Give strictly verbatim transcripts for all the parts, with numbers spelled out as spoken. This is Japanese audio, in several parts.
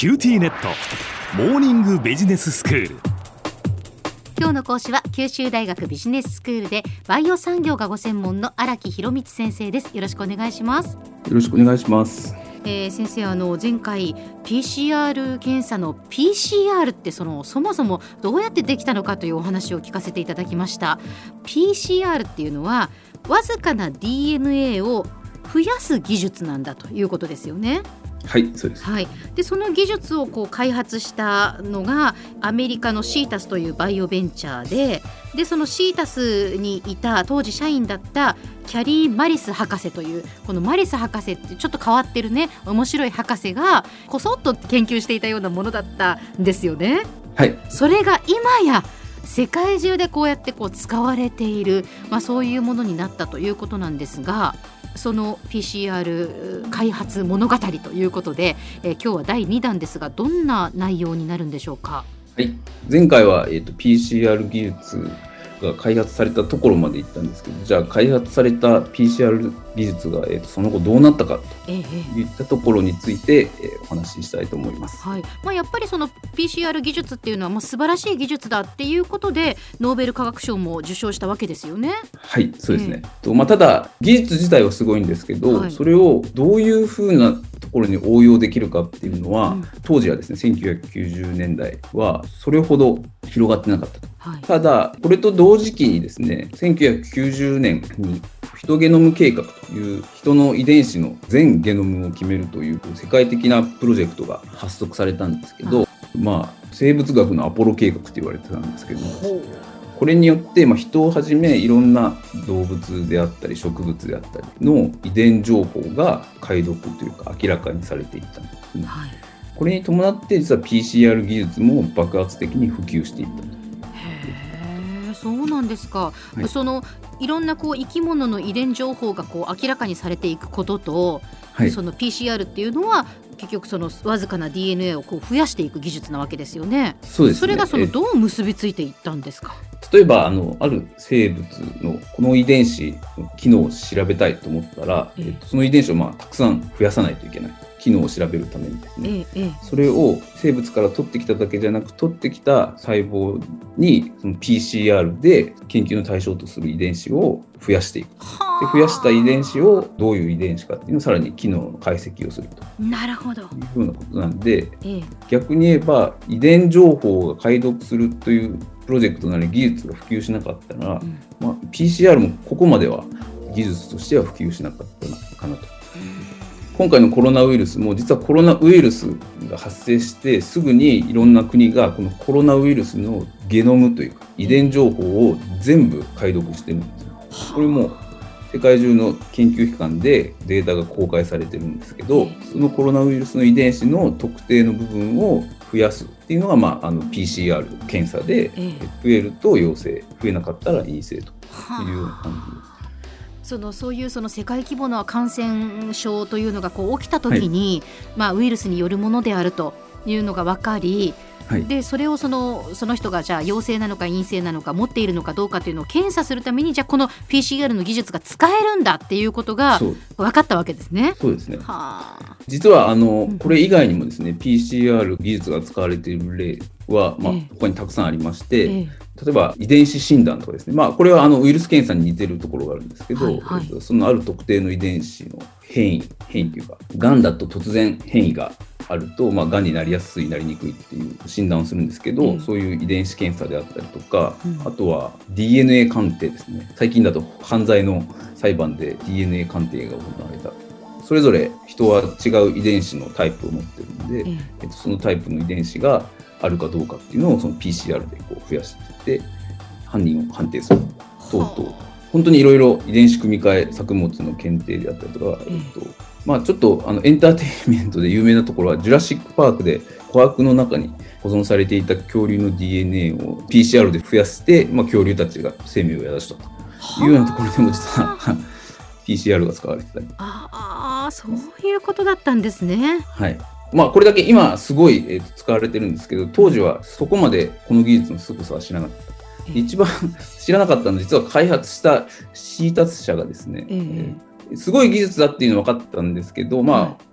キューティーネットモーニングビジネススクール。 今日の講師は九州大学ビジネススクールでバイオ産業がご専門の荒木博光先生です。よろしくお願いします。 よろしくお願いします。 えー、先生、あの前回 ピーシーアール 検査の ピーシーアール ってそのそもそもどうやってできたのかというお話を聞かせていただきました。 ピーシーアール っていうのはわずかな ディーエヌエー を増やす技術なんだということですよね。 はい、そうです。 はい、でその技術をこう開発したのがアメリカのシータスというバイオベンチャーで、でそのシータスにいた当時社員だったキャリー・マリス博士という、このマリス博士ってちょっと変わってるね面白い博士がこそっと研究していたようなものだったんですよね。 はい。 それが今や世界中でこうやってこう使われている、まあ、そういうものになったということなんですが、その ピーシーアール 開発物語ということで、えー、今日はだいにだんですが、どんな内容になるんでしょうか。 はい、前回は、えーと、ピーシーアール 技術が開発されたところまで行ったんですけど、じゃあ開発された ピーシーアール 技術が、えーと、その後どうなったかといったところについて、えー、お話ししたいと思います。 はいまあ、やっぱりその ピーシーアール 技術っていうのはもう素晴らしい技術だっていうことでノーベル化学賞も受賞したわけですよね。 はい、そうですね。えーとまあ、ただ技術自体はすごいんですけど、はい、それをどういうふうなところに応用できるかっていうのは、うん、当時はですねせんきゅうひゃくきゅうじゅうねんだいはそれほど広がってなかったと。はい、ただこれと同時期にですねせんきゅうひゃくきゅうじゅうねんにヒトゲノム計画という人の遺伝子の全ゲノムを決めるという世界的なプロジェクトが発足されたんですけど、はい、まあ生物学のアポロ計画と言われてたんですけど、これによって、まあ、人をはじめいろんな動物であったり植物であったりの遺伝情報が解読というか明らかにされていったんですね。はい、これに伴って実は ピーシーアール 技術も爆発的に普及していった。 へー、そうなんですか。はい、そのいろんなこう生き物の遺伝情報がこう明らかにされていくことと、はい、その ピーシーアール っていうのは結局そのわずかな ディーエヌエー をこう増やしていく技術なわけですよね。 そうですね。 それがそのどう結びついていったんですか。 例えばあのある生物のこの遺伝子の機能を調べたいと思ったら、ええー、その遺伝子をまあたくさん増やさないといけない。機能を調べるためにですね、ええ、それを生物から取ってきただけじゃなく取ってきた細胞にその ピーシーアール で研究の対象とする遺伝子を増やしていく。で増やした遺伝子をどういう遺伝子かっていうのをさらに機能の解析をするとなるほどいうふうなことなんで、ええ、逆に言えば遺伝情報が解読するというプロジェクトなり技術が普及しなかったら、うんまあ、ピーシーアール もここまでは技術としては普及しなかったのかなと。今回のコロナウイルスも実はコロナウイルスが発生してすぐにいろんな国がこのコロナウイルスのゲノムというか遺伝情報を全部解読してるんですよ。これも世界中の研究機関でデータが公開されてるんですけど、そのコロナウイルスの遺伝子の特定の部分を増やすっていうのが、まあ、あの ピーシーアール 検査で増えると陽性、増えなかったら陰性というような感じです。 そのそういうその世界規模の感染症というのがこう起きたときに、はいまあ、ウイルスによるものであるというのが分かり、はい、でそれをその、その人がじゃあ陽性なのか陰性なのか持っているのかどうかというのを検査するためにじゃあこの ピーシーアール の技術が使えるんだっていうことが分かったわけですね。 そうですね。はあ、実はあのこれ以外にもですね ピーシーアール 技術が使われている例は、まあ、他にたくさんありまして、ええ例えば遺伝子診断とかですね、まあ、これはあのウイルス検査に似てるところがあるんですけど、はいはい、そのある特定の遺伝子の変異、変異というか、がんだと突然変異があると、まあ、がんになりやすい、なりにくいっていう診断をするんですけど、うん、そういう遺伝子検査であったりとか、うん、あとは ディーエヌエー 鑑定ですね。最近だと犯罪の裁判で ディーエヌエー 鑑定が行われた。それぞれ人は違う遺伝子のタイプを持ってるんで、うんえっと、そのタイプの遺伝子があるかどうかっていうのをその ピーシーアール でこう増やしていって犯人を判定する等々本当にいろいろ遺伝子組み換え作物の検定であったりとか、えっとまあ、ちょっとあのエンターテインメントで有名なところはジュラシックパークで琥珀の中に保存されていた恐竜の ディーエヌエー を ピーシーアール で増やして、まあ、恐竜たちが生命を宿したというようなところでも実はピーシーアール が使われてたり。 ああ、そういうことだったんですね。 はい。まあ、これだけ今すごい、えー、と使われてるんですけど、当時はそこまでこの技術の凄さは知らなかった。一番知らなかったのは実は開発したシータス社がですね、えー、すごい技術だっていうのは分かったんですけど、まあ、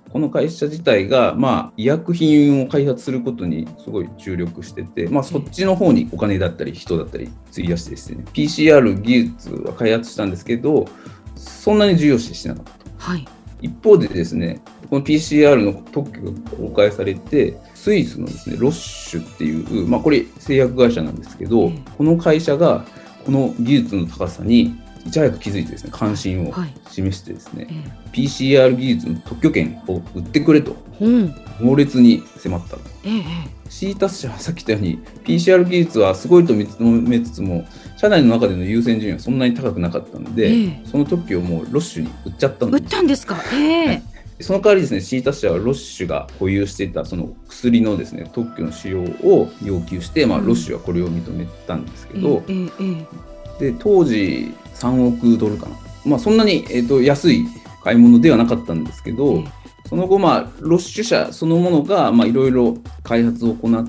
この会社自体が、まあ、医薬品を開発することにすごい注力してて、まあ、そっちの方にお金だったり人だったり費やしてですね、ピーシーアール 技術は開発したんですけど、そんなに重要視してなかったと。 はい、 一方でですね、この ピーシーアール の特許が公開されて、スイスのですね、ロッシュっていう、まあ、これ製薬会社なんですけど、うん、この会社がこの技術の高さにいち早く気づいてですね、関心を示してですね、はい、ピーシーアール 技術の特許権を売ってくれと、うん、猛烈に迫った。ええ、シータス社はさっき言ったように ピーシーアール 技術はすごいと認めつつも、社内の中での優先順位はそんなに高くなかったので、ええ、その特許をもうロッシュに売っちゃったんです。 売ったんですか。ええ、はい、 その代わりですね、シータス社はロッシュが保有していたその薬のですね、特許の使用を要求して、まあ、ロッシュはこれを認めたんですけど、えええ、で当時さんおくドルかな、まあ、そんなに、えーと、安い買い物ではなかったんですけど、ええ、その後、まあ、ロッシュ社そのものがいろいろ開発を行って、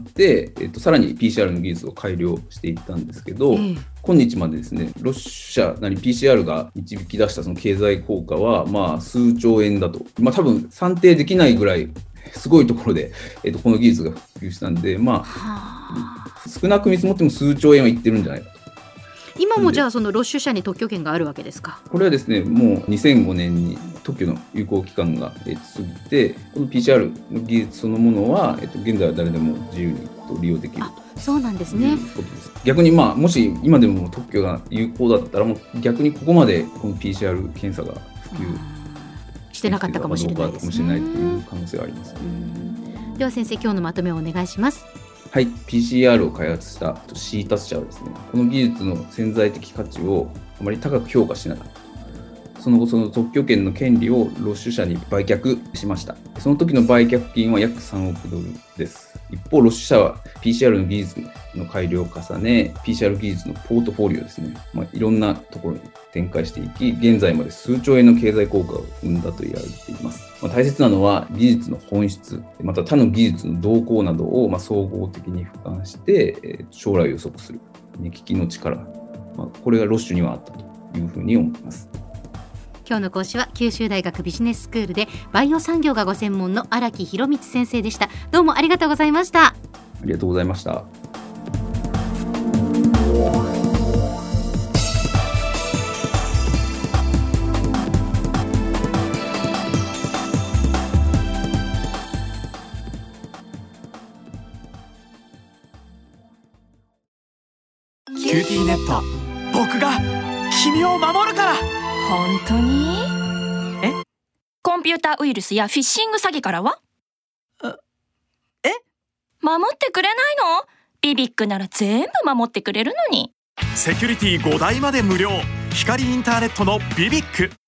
えーと、さらに ピーシーアール の技術を改良していったんですけど、ええ、今日までですね、ロッシュ社なり ピーシーアール が導き出したその経済効果は、まあ、数兆円だと、まあ、多分算定できないぐらいすごいところで、えーと、この技術が普及したんで、まあ、少なく見積もっても数兆円はいってるんじゃないかと。 今もじゃあそのロッシュ社に特許権があるわけですか。 これはですね、もうにせんごねんに特許の有効期間が過ぎて、この ピーシーアール の技術そのものは、えっと、現在は誰でも自由に利用できると。 そうなんですね。 逆に、まあ、もし今でも特許が有効だったら、もう逆にここまでこの ピーシーアール 検査が普及してなかったかもしれないですね。 かもしれないという可能性があります、ね。 では先生、今日のまとめをお願いします。 はい、ピーシーアール を開発したシータス社はですね、この技術の潜在的価値をあまり高く評価しなかった。その後、その特許権の権利をロッシュ社に売却しました。その時の売却金は約さんおくドルです。一方、ロッシュ社は ピーシーアール の技術の改良を重ね、ピーシーアール 技術のポートフォリオですね、まあ、いろんなところに展開していき、現在まで数兆円の経済効果を生んだと言われています。まあ、大切なのは技術の本質、また他の技術の動向などをまあ総合的に俯瞰して、えー、将来を予測する目利きの力、まあ、これがロッシュにはあったというふうに思います。 今日の講師は九州大学ビジネススクールでバイオ産業がご専門の荒木博光先生でした。どうもありがとうございました。 ありがとうございました。 キューティーネット、僕が君を守るから。 本当に？え？コンピューターウイルスやフィッシング詐欺からは？ え？ 守ってくれないの？ビビックなら全部守ってくれるのに。 セキュリティごだいまで無料。光インターネットのビビック。